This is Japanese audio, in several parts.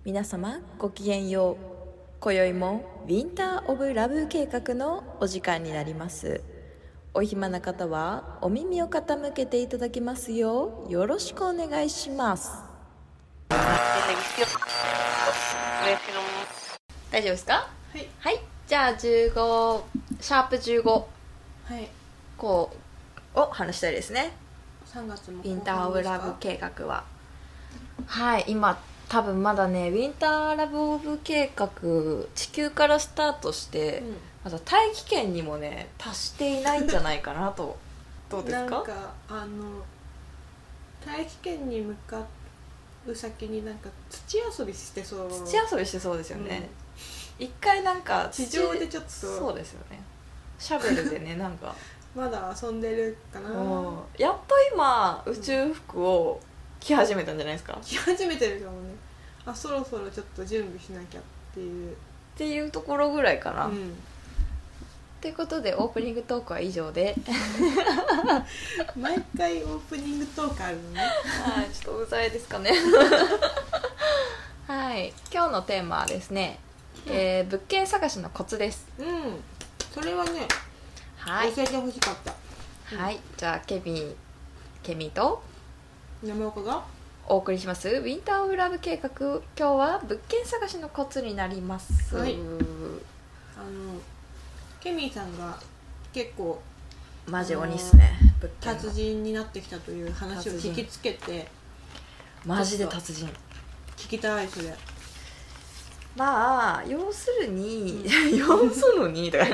皆様ごきげんよう。今宵もウィンター・オブ・ラブ計画のお時間になります。お暇な方はお耳を傾けていただきますようよろしくお願いします。大丈夫ですか？ はい、 はい、じゃあ15シャープ15 はい、 こうを話したいですね。 3月もウィンター・オブ・ラブ計画は今多分まだねウィンター・ラブ・オブ計画地球からスタートして、まだ大気圏にもね達していないんじゃないかなとどうですか？ なんか大気圏に向かう先になんか土遊びしてそう。 土遊びしてそうですよね、一回なんか地上でちょっとそうですよね、シャベルでねなんかまだ遊んでるかな。 やっと今宇宙服を着始めたんじゃないですか？ 着始めてるかもね。そろそろちょっと準備しなきゃっていうところぐらいかな、 うん、 ということでオープニングトークは以上で毎回オープニングトークあるのねはい、ちょっとうざいですかねはい、今日のテーマはですね、物件探しのコツです。 それはね、 はい、 教えてほしかった。 はい、じゃあケミと山岡がお送りしますウィンター・オブ・ラブ計画。今日は物件探しのコツになります。 はい、ケミーさんが結構マジ鬼っすね、物件達人になってきたという話を聞きつけて、 マジで達人聞きたい。それまあ要するに、要するにとか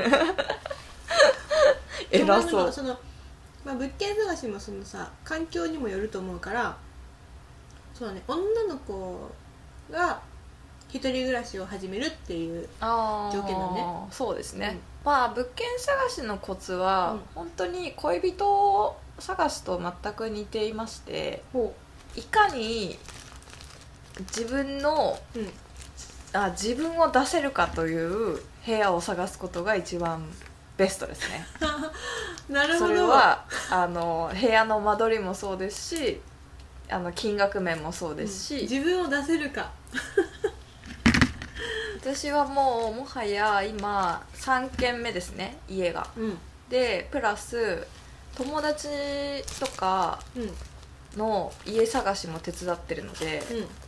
偉そう。 物件探しもそのさ環境にもよると思うから、そうだね、女の子が一人暮らしを始めるっていう条件だね。 そうですね、まあ物件探しのコツは、本当に恋人探しと全く似ていまして、いかに自分の、自分を出せるかという部屋を探すことが一番ベストですねなるほど。 それは部屋の間取りもそうですし、金額面もそうですし、 自分を出せるか私はもはや今3軒目ですね、家が、でプラス友達とかの家探しも手伝ってるので、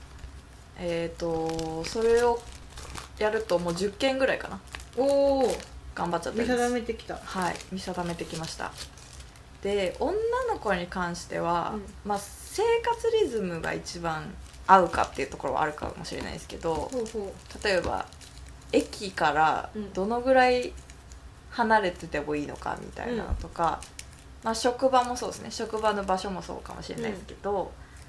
それをやるともう10件ぐらいかな。 おお、 頑張っちゃってるんです。 見定めてきた。 はい、見定めてきました。で女の子に関しては、生活リズムが一番合うかっていうところはあるかもしれないですけど、例えば駅からどのぐらい離れててもいいのかみたいなのとか、職場もそうですね、職場の場所もそうかもしれないですけど、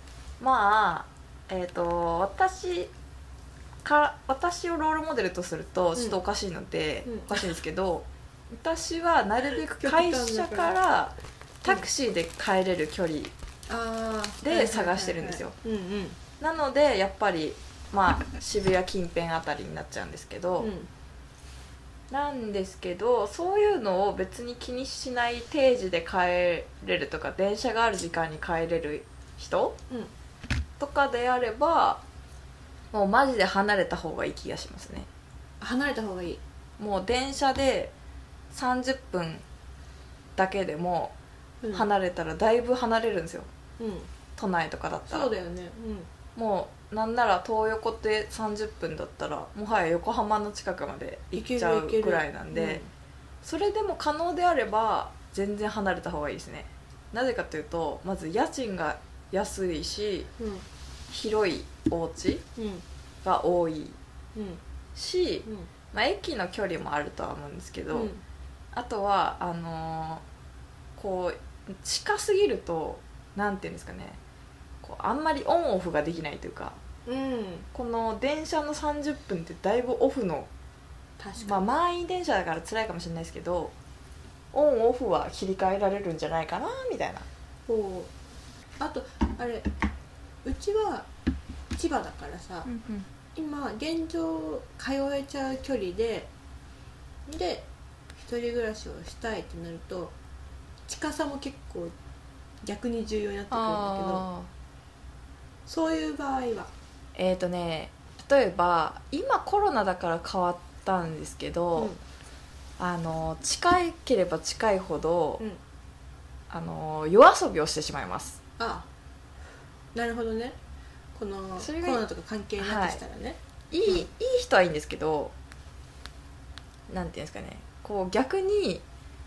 私をロールモデルとするとちょっとおかしいので、おかしいんですけど、私はなるべく会社からタクシーで帰れる距離で探してるんですよ。なのでやっぱり渋谷近辺あたりになっちゃうんですけど、なんですけどそういうのを別に気にしない定時で帰れるとか電車がある時間に帰れる人、とかであればもうマジで離れた方がいい気がしますね。 離れた方がいい。 もう電車で30分だけでも離れたらだいぶ離れるんですよ、都内とかだったら。 そうだよね、 もうなんなら東横って30分だったらもはや横浜の近くまで行っちゃうぐらいなんで、それでも可能であれば全然離れた方がいいですね。なぜかというと、まず家賃が安いし、広いお家が多いし、駅の距離もあるとは思うんですけど、あとはこう近すぎるとなんていうんですかね、こうあんまりオンオフができないというか、この電車の30分ってだいぶオフの、満員電車だから辛いかもしれないですけど、オンオフは切り替えられるんじゃないかなみたいな。 あとあれ、うちは千葉だからさ、今現状通えちゃう距離で一人暮らしをしたいってなると近さも結構逆に重要になってくるんだけど、そういう場合は例えば今コロナだから変わったんですけど、近ければ近いほど、夜遊びをしてしまいます。 あ、なるほどね。このコロナとか関係なくしたらね、 いい人はいいんですけど、なんていうんですかね、こう逆に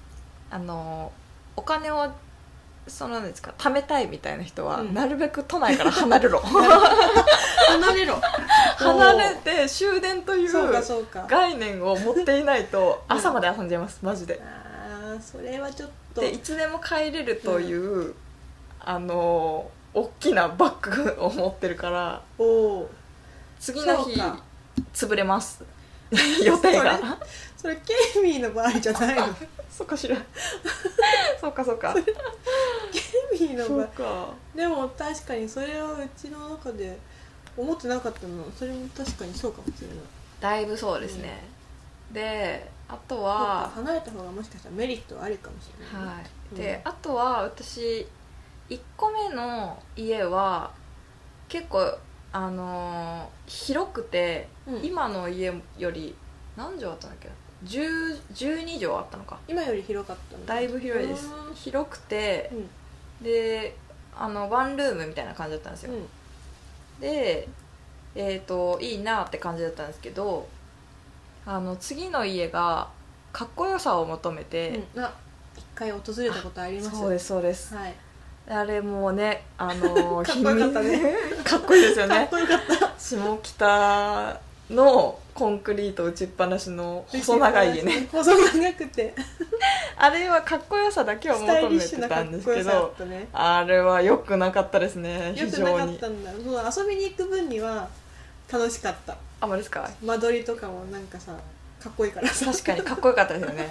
お金をなんですか、貯めたいみたいな人は、なるべく都内から離れろ離れろ離れて終電という概念を持っていないと朝まで遊んじゃいます、マジで。 ああ、それはちょっと。でいつでも帰れるという、大きなバッグを持ってるから、次の日潰れます予定が。 それケイミーの場合じゃないの？ そうかしらそうかケイミーの場合。でも確かにそれはうちの中で思ってなかったの。それも確かにそうかもしれない。 だいぶそうですね、であとは離れた方がもしかしたらメリットはあるかもしれない、ね。 はい、であとは私1個目の家は結構広くて、今の家より何畳あったんだっけ、12畳あったのか。 今より広かったの？ だいぶ広いです。広くて、でワンルームみたいな感じだったんですよ、でいいなって感じだったんですけど、次の家がかっこよさを求めて、 一回訪れたことあります。 そうですそうです、 はい、 あれもうね、かっこよかったねかっこいいですよね。 かっこよかった下北のコンクリート打ちっぱなしの細長い家ね細長くてあれはかっこよさだけを求めてたんですけど、あれは良くなかったですね。非常に良くなかったんだ。遊びに行く分には楽しかった。 あ、まですか。 間取りとかもなんかさ、かっこいいからさ。 確かにかっこよかったですよね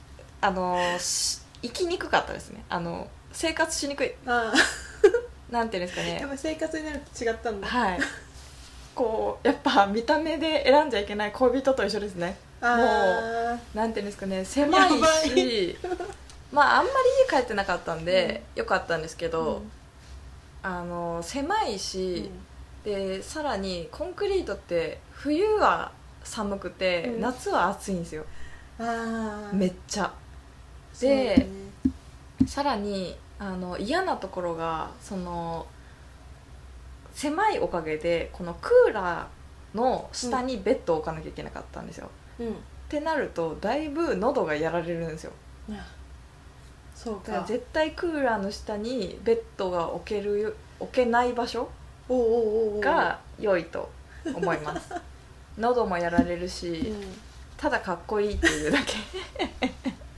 生きにくかったですね。生活しにくい。なんていうんですかね、 やっぱ生活になると違ったんだ。 はい、こうやっぱ見た目で選んじゃいけない恋人と一緒ですね。もうなんていうんですかね、狭いしまああんまり家帰ってなかったんで、よかったんですけど、狭いし、でさらにコンクリートって冬は寒くて、夏は暑いんですよ。めっちゃで、さらに嫌なところが狭いおかげでこのクーラーの下にベッドを置かなきゃいけなかったんですよ、ってなるとだいぶ喉がやられるんですよ。 そうか。 だから絶対クーラーの下にベッドが置けない場所が良いと思います喉もやられるし、ただかっこいいっていうだけ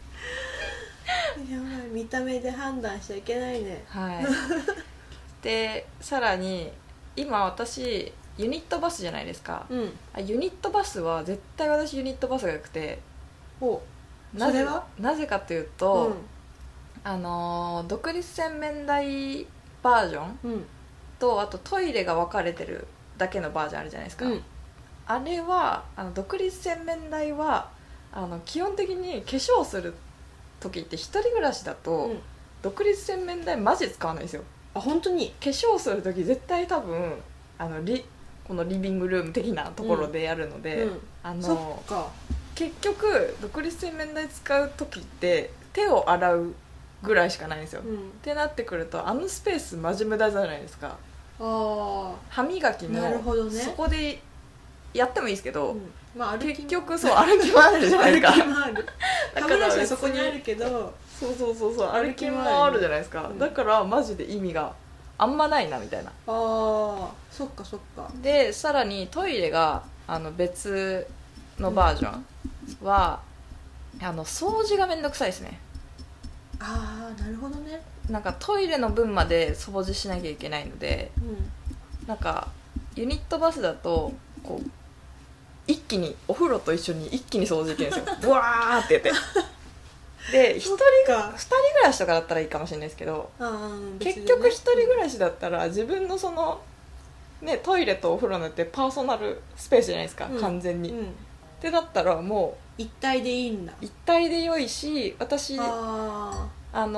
やばい、見た目で判断しちゃいけないね。 はいでさらに今私ユニットバスじゃないですか、ユニットバスは絶対私ユニットバスが良くて、なぜかというと、独立洗面台バージョン、とあとトイレが分かれてるだけのバージョンあるじゃないですか、あれは独立洗面台は基本的に化粧する時って一人暮らしだと、独立洗面台マジ使わないんですよ。 あ、本当に？ 化粧する時絶対多分このリビングルーム的なところでやるので、 そっか。 結局独立洗面台使う時って手を洗うぐらいしかないんですよ、ってなってくるとスペースマジ無駄じゃないですか。歯磨きもそこでやってもいいですけど、結局そう歩き回るじゃないですか。 歩き回る。歯ブラシはそこにあるけど、 そう歩き回るじゃないですか、だからマジで意味があんまないなみたいな。 そっか。 でさらにトイレが別のバージョンは、掃除がめんどくさいですね。 なるほどね。 なんかトイレの分まで掃除しなきゃいけないので、なんかユニットバスだとこう一気にお風呂と一緒に一気に掃除できるんですよブワーってやってで2人暮らしとかだったらいいかもしれないですけど、結局1人暮らしだったら自分のトイレとお風呂なんてパーソナルスペースじゃないですか、完全に、ってだったらもう一体でいいんだ。 一体で良いし、私湯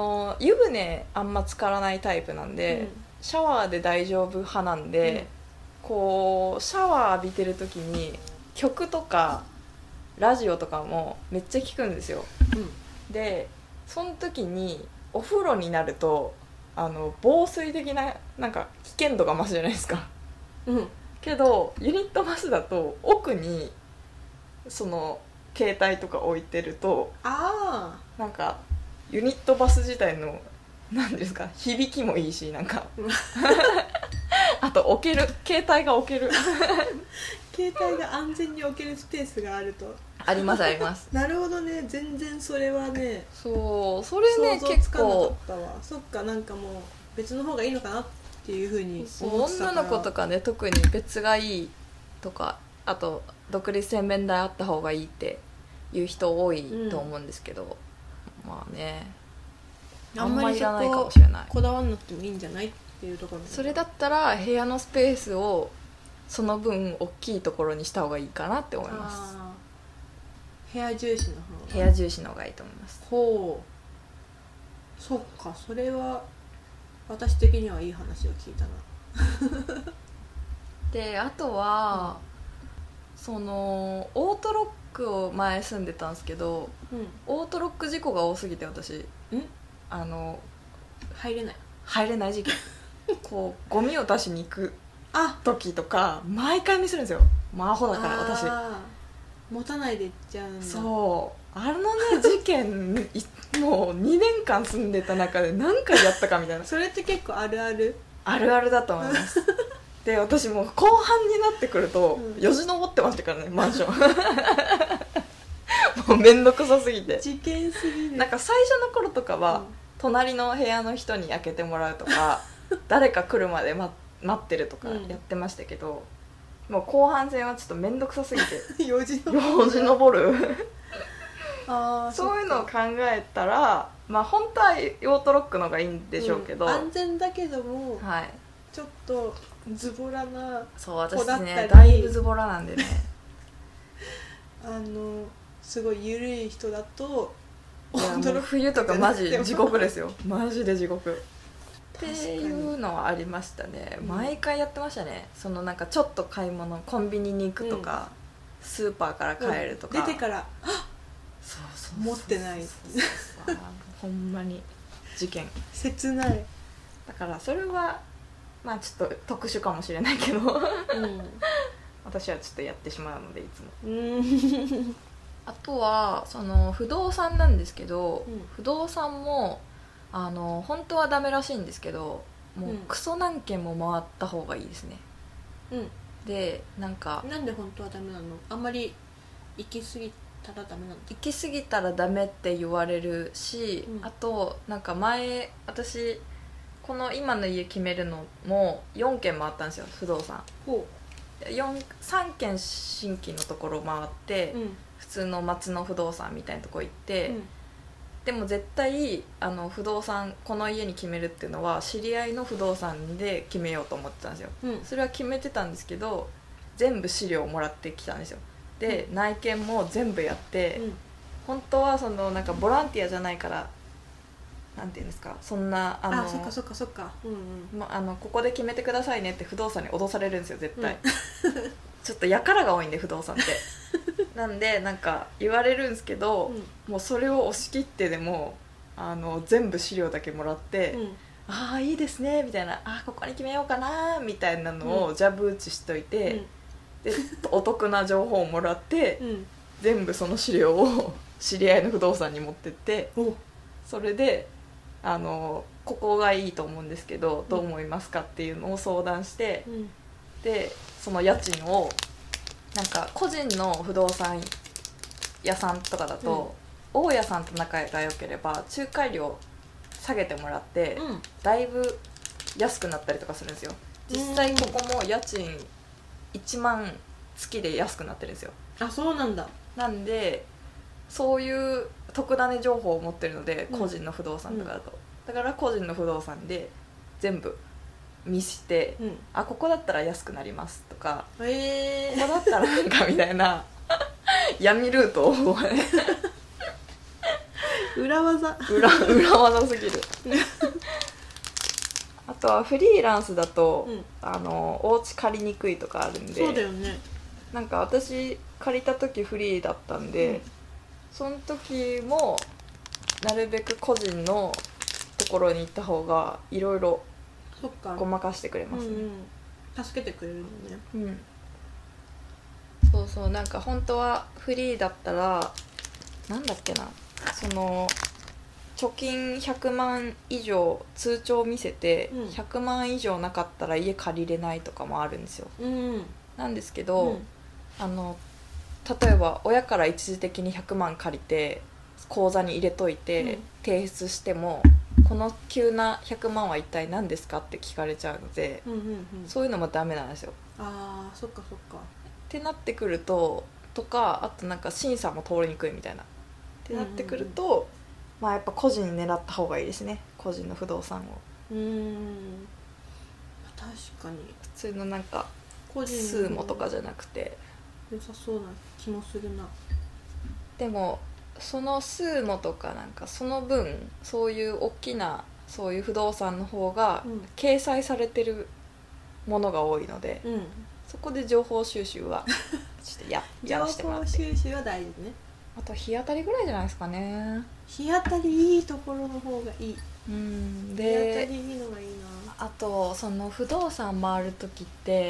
船あんま浸からないタイプなんで、シャワーで大丈夫派なんで、 こうシャワー浴びてる時に曲とかラジオとかもめっちゃ聞くんですよ、でその時にお風呂になると防水的ななんか危険度が増すじゃないですか、けどユニットバスだと奥にその携帯とか置いてるとなんかユニットバス自体の何ですか響きもいいしなんかあと置ける携帯が置ける携帯が安全に置けるスペースがあるとありますありますなるほどね。全然それはねそうそれね想像つかなかったわ。そっかなんかもう別の方がいいのかなっていうふうに思ってたから。 女の子とかね特に別がいいとかあと独立洗面台あった方がいいっていう人多いと思うんですけど、まあねあんまりいらないかもしれない。 こだわんなくてもいいんじゃないっていうところ。 それだったら部屋のスペースをその分大きいところにした方がいいかなって思います。 部屋重視の方部屋重視の方がいいと思います。 ほうそっかそれは私的にはいい話を聞いたなであとは、そのオートロックを前住んでたんですけど、オートロック事故が多すぎて私入れない事件こうゴミを出しに行く時とか毎回ミスるんですよ。アホだから私持たないで行っちゃうんだ。 そうね事件もう2年間住んでた中で何回やったかみたいなそれって結構あるあるだと思いますで私もう後半になってくると、よじ登ってましたからねマンションもうめんどくさすぎて事件すぎる。 なんか最初の頃とかは、隣の部屋の人に開けてもらうとか誰か来るまで待ってるとかやってましたけど、もう後半戦はちょっとめんどくさすぎてよじ登るそういうのを考えたら本当はオートロックの方がいいんでしょうけど、 安全だけども、 はい、 ちょっとズボラなそう私ねだいぶズボラなんでねすごい緩い人だといやもう冬とかマジ地獄ですよマジで地獄っていうのはありましたね。毎回やってましたね。そのなんかちょっと買い物コンビニに行くとか、スーパーから帰るとか、 出てからそう持ってないほんまに事件切ない。 だからそれはちょっと特殊かもしれないけど、私はちょっとやってしまうのでいつもあとはその不動産なんですけど、不動産も本当はダメらしいんですけど、もうクソ何件も回った方がいいですね。でなんで本当はダメなの？あんまり行き過ぎたらダメなの？ 行き過ぎたらダメって言われるし、あとなんか前私この今の家決めるのも4件回ったんですよ不動産。3件新規のところ回って、普通の松の不動産みたいなとこ行って、でも絶対不動産この家に決めるっていうのは知り合いの不動産で決めようと思ってたんですよ、それは決めてたんですけど全部資料をもらってきたんですよ。で、内見も全部やって、本当はそのなんかボランティアじゃないからなんていうんですか、そんなそっか、 ここで決めてくださいねって不動産に脅されるんですよ絶対、ちょっとやからが多いんで不動産ってなんでなんか言われるんですけど、もうそれを押し切ってでも全部資料だけもらって、ああいいですねみたいな、ここに決めようかなみたいなのをジャブ打ちしといて、でお得な情報をもらって、全部その資料を知り合いの不動産に持ってって、それでここがいいと思うんですけどどう思いますかっていうのを相談して、でその家賃をなんか個人の不動産屋さんとかだと、大家さんと仲が良ければ仲介料下げてもらって、だいぶ安くなったりとかするんですよ。実際ここも家賃1万月で安くなってるんですよ。 そうなんだ。 なんでそういう特ダネ情報を持ってるので、個人の不動産とかだと、だから個人の不動産で全部見して、ここだったら安くなりますとか、ここだったらなんかみたいな闇ルートを裏技すぎるあとはフリーランスだと、 うん、 お家借りにくいとかあるんで、 そうだよね。 なんか私借りた時フリーだったんで、その時もなるべく個人のところに行った方がいろいろそっか、 ごまかしてくれますね。 助けてくれるのね。 そうそう、なんか本当はフリーだったらなんだっけな、その貯金100万以上通帳見せて、100万以上なかったら家借りれないとかもあるんですよ。なんですけど、例えば親から一時的に100万借りて口座に入れといて、提出してもこの急な100万は一体何ですかって聞かれちゃうので、そういうのもダメなんですよ。 ああ、そっかそっか。 ってなってくると、とかあとなんか審査も通りにくいみたいなってなってくると、まあやっぱ個人狙った方がいいですね、個人の不動産を。 確かに普通のなんか個人スーモとかじゃなくて良さそうな気もするな。 でもそのスーモとかなんかその分そういう大きなそういう不動産の方が掲載されてるものが多いので、そこで情報収集はちょっとやらせてもらって、 情報収集は大事ね。 あと日当たりぐらいじゃないですかね。 日当たりいいところの方がいい。 で日当たりいいのがいいな。 あとその不動産回る時って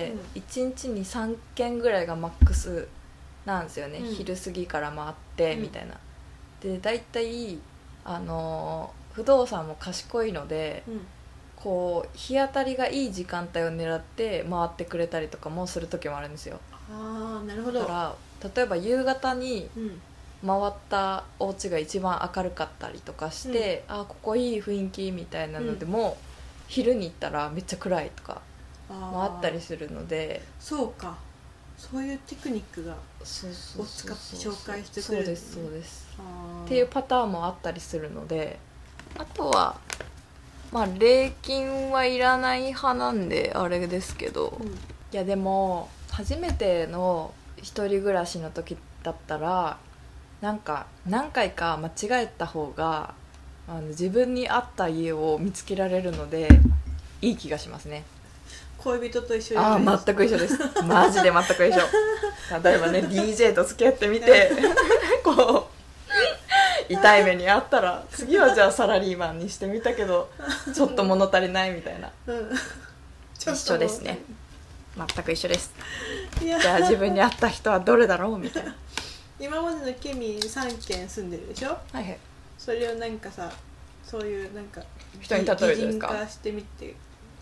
、1日に3軒ぐらいがマックスなんですよね、昼過ぎから回ってみたいな。でだいたい不動産も賢いので、こう日当たりがいい時間帯を狙って回ってくれたりとかもする時もあるんですよ。 ああ、なるほど。 だから例えば夕方に回ったお家が一番明るかったりとかして、あ、ここいい雰囲気みたいなのでも、昼に行ったらめっちゃ暗いとかもあったりするので、 そうか、そういうテクニックがを使って紹介してくれる、ね、 そうですっていうパターンもあったりするので、あとはまあ礼金はいらない派なんであれですけど、いやでも初めての一人暮らしの時だったらなんか何回か間違えた方が自分に合った家を見つけられるのでいい気がしますね。 恋人と一緒に。 全く一緒ですマジで全く一緒。例えばねDJ と付き合ってみてこう痛い目にあったら次はじゃあサラリーマンにしてみたけどちょっと物足りないみたいな、一緒ですね、全く一緒です。じゃあ自分に合った人はどれだろうみたいな。 今までのケミ3軒住んでるでしょ。はいはい。それをなんかさ、そういうなんか人に例えるんですか。 擬人化してみて。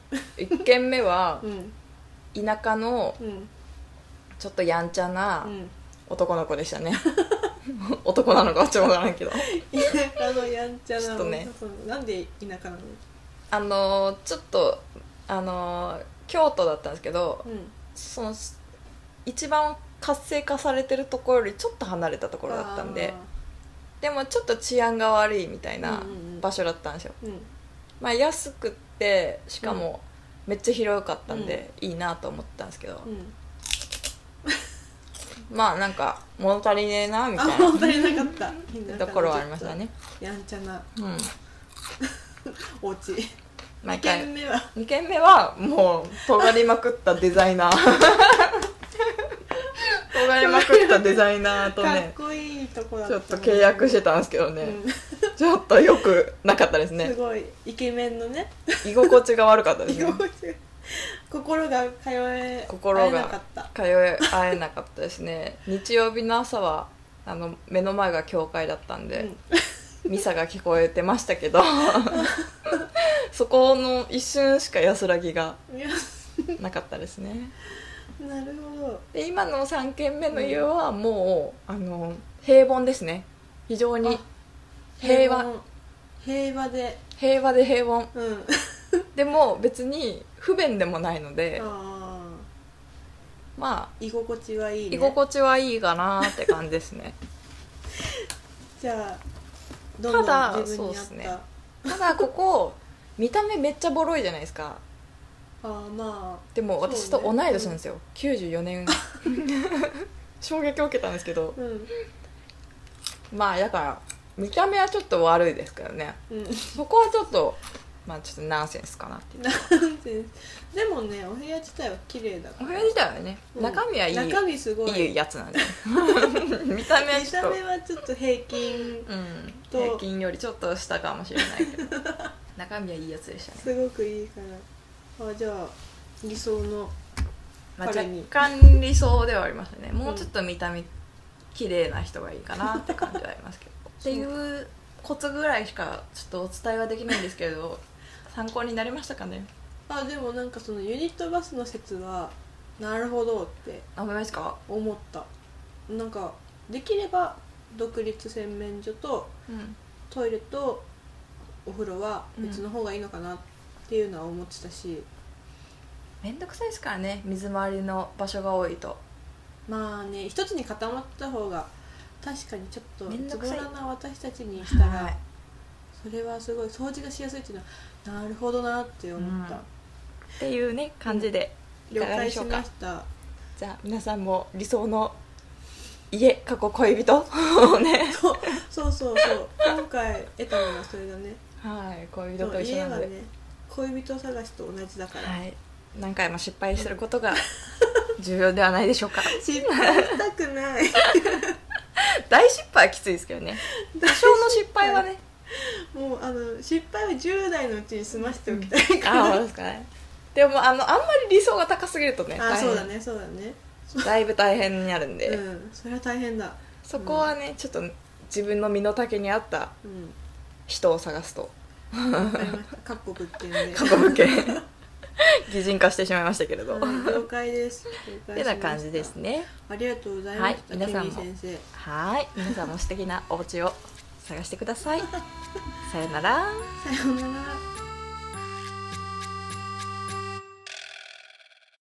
1軒目は、田舎のちょっとやんちゃな男の子でしたね、男なのかはちょっとわからんけど田舎のやんちゃなのちょっとね、 なんで田舎なの。 ちょっと京都だったんですけど、その一番活性化されてるところよりちょっと離れたところだったんで、でもちょっと治安が悪いみたいな場所だったんですよ、まあ安くってしかもめっちゃ広かったんで、いいなと思ったんですけど、まあなんか物足りねえなみたいな物足りなかったところはありましたね。 やんちゃな、お家。 2 軒目はもう尖りまくったデザイナー尖りまくったデザイナーとね、 かっこいいとこだった、 ちょっと契約してたんですけどね、ちょっとよくなかったですね。 すごいイケメンのね、 居心地が悪かったですね。 心が通えなかったですね。日曜日の朝は目の前が教会だったんで、ミサが聞こえてましたけどそこの一瞬しか安らぎがなかったですね。 なるほど。 で今の3軒目の家はもう平凡ですね。非常に平和で平凡、でも別に不便でもないので、まあ居心地はいいね。 居心地はいいかなって感じですねじゃあどんどん自分に合った。 ただここ見た目めっちゃボロいじゃないですか。でも私と同い年なんですよ、94年衝撃を受けたんですけど、まあだから見た目はちょっと悪いですからね、そこはちょっとまあちょっとナンセンスかなっていう。 ナンセンス。でもねお部屋自体は綺麗だから。 お部屋自体はね、中身はいい、 中身すごいいいやつなんで見た目はちょっと、 見た目はちょっと平均と、 平均よりちょっと下かもしれないけど中身はいいやつでしたね。 すごくいいから。じゃあ理想のまあ、若干理想ではありますね。もうちょっと見た目綺麗な人がいいかなって感じはありますけどっていうコツぐらいしかちょっとお伝えはできないんですけど参考になりましたかね。 でもなんかそのユニットバスの説はなるほどって思いますか。 思った。なんかできれば独立洗面所とトイレとお風呂は別の方がいいのかなっていうのは思ってたし、 めんどくさいですからね、水回りの場所が多いと。 まあね、一つに固まった方が確かにちょっとズボラな私たちにしたら、それはすごい掃除がしやすいっていうのはなるほどなって思った、 っていうね感じでいかがでしょうか。 了解しました。 じゃあ皆さんも理想の家過去恋人をねそう今回得たのはそれだね。 はい、恋人と一緒なので、 家はね恋人探しと同じだから、 はい、何回も失敗することが重要ではないでしょうか失敗したくない大失敗はきついですけどね、多少の失敗はねもう失敗は10代のうちに済ませておきたいから、 そうですかね。でもあんまり理想が高すぎるとね、 そうだねだいぶ大変になるんで、 それは大変だ。 そこはね、ちょっと自分の身の丈に合った人を探すと、 分かりました。各国物件で過去物件擬人化してしまいましたけれど、 了解です。 ってな感じですね。 ありがとうございました、 皆さんも先生。 皆さんも素敵なお家を探してください。さよなら。 さよなら。